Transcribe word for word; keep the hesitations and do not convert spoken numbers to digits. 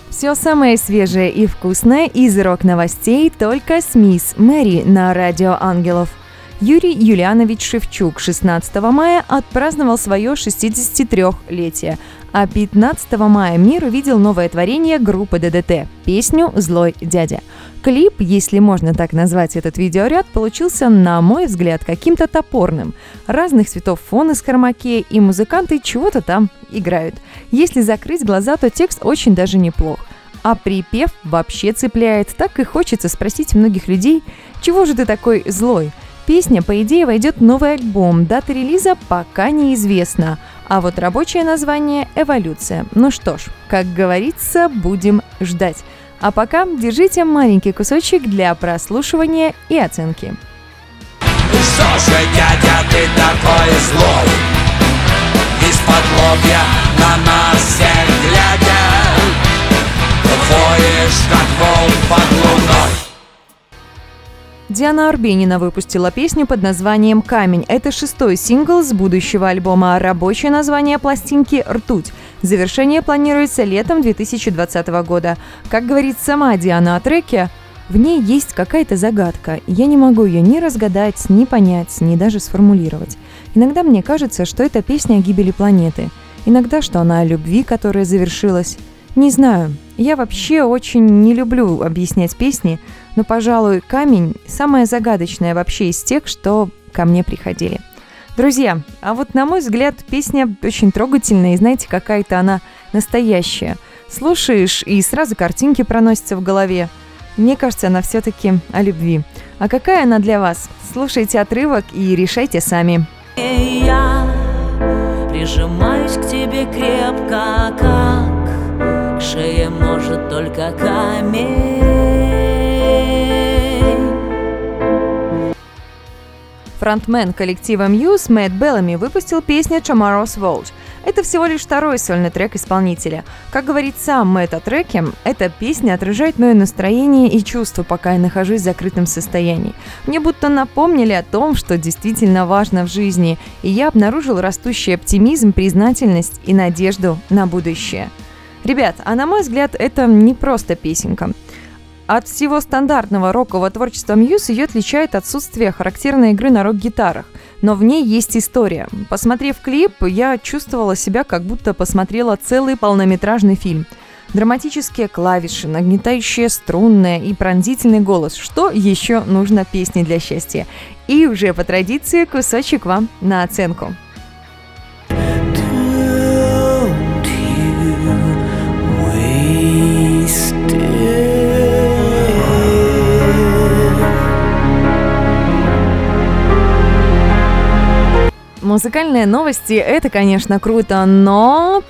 Все самое свежее и вкусное из рок-новостей только с мисс Мэри на Радио Ангелов. Юрий Юлианович Шевчук шестнадцатого мая отпраздновал свое шестидесятитрёхлетие, а пятнадцатого мая мир увидел новое творение группы ДДТ – песню «Злой дядя». Клип, если можно так назвать этот видеоряд, получился, на мой взгляд, каким-то топорным. Разных цветов фон из хромакея, и музыканты чего-то там играют. Если закрыть глаза, то текст очень даже неплох. А припев вообще цепляет. Так и хочется спросить многих людей: «Чего же ты такой злой?» Песня, по идее, войдет в новый альбом. Дата релиза пока неизвестна. А вот рабочее название – «Эволюция». Ну что ж, как говорится, будем ждать. А пока держите маленький кусочек для прослушивания и оценки. Что же, дядя, ты такой злой? Из-под лобья на нас всех глядя, воешь, как волк под луной. Диана Арбенина выпустила песню под названием «Камень». Это шестой сингл с будущего альбома. Рабочее название пластинки «Ртуть». Завершение планируется летом две тысячи двадцатого года. Как говорит сама Диана о треке, в ней есть какая-то загадка. Я не могу ее ни разгадать, ни понять, ни даже сформулировать. Иногда мне кажется, что это песня о гибели планеты. Иногда, что она о любви, которая завершилась. Не знаю, я вообще очень не люблю объяснять песни, но, пожалуй, «Камень» – самая загадочная вообще из тех, что ко мне приходили. Друзья, а вот на мой взгляд, песня очень трогательная, и знаете, какая-то она настоящая. Слушаешь, и сразу картинки проносятся в голове. Мне кажется, она все-таки о любви. А какая она для вас? Слушайте отрывок и решайте сами. Я прижимаюсь к тебе крепко, как к шее может только камень. Фронтмен коллектива Muse Мэтт Беллами выпустил песню «Tomorrow's World». Это всего лишь второй сольный трек исполнителя. Как говорит сам Мэтт о треке, эта песня отражает мое настроение и чувства, пока я нахожусь в закрытом состоянии. Мне будто напомнили о том, что действительно важно в жизни, и я обнаружил растущий оптимизм, признательность и надежду на будущее. Ребят, а на мой взгляд, это не просто песенка. От всего стандартного рокового творчества Muse ее отличает отсутствие характерной игры на рок-гитарах. Но в ней есть история. Посмотрев клип, я чувствовала себя, как будто посмотрела целый полнометражный фильм. Драматические клавиши, нагнетающие струнное и пронзительный голос. Что еще нужно песне для счастья? И уже по традиции кусочек вам на оценку. Музыкальные новости – это, конечно, круто, но